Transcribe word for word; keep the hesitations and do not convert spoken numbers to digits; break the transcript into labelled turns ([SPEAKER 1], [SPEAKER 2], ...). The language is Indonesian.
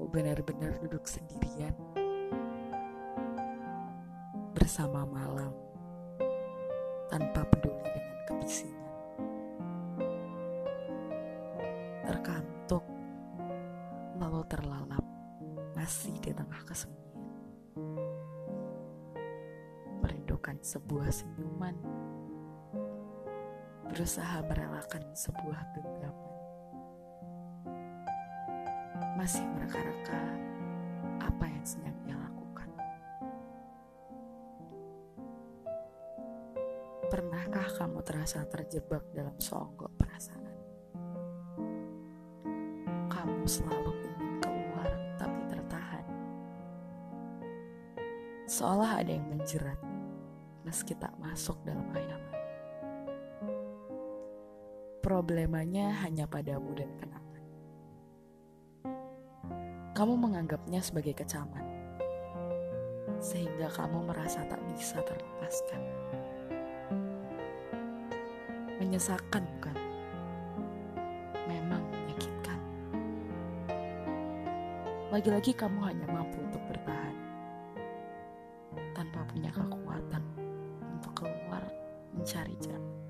[SPEAKER 1] benar-benar duduk sendirian bersama malam tanpa peduli dengan kebisingan. Terkantuk lalu terlalap masih di tengah kesunyian. Merindukan sebuah senyuman, berusaha merelakan sebuah genggaman. Masih mereka-reka apa yang sedang ia lakukan. Pernahkah kamu terasa terjebak dalam seonggok perasaan? Kamu selalu ingin keluar tapi tertahan. Seolah ada yang menjerat meski tak masuk dalam hayalan. Problemanya hanya padamu dan kenangan. Kamu menganggapnya sebagai kecaman, sehingga kamu merasa tak bisa terlepaskan. Menyesakan bukan? Memang menyakitkan. Lagi-lagi kamu hanya mampu untuk bertahan, tanpa punya kekuatan untuk keluar mencari jalan.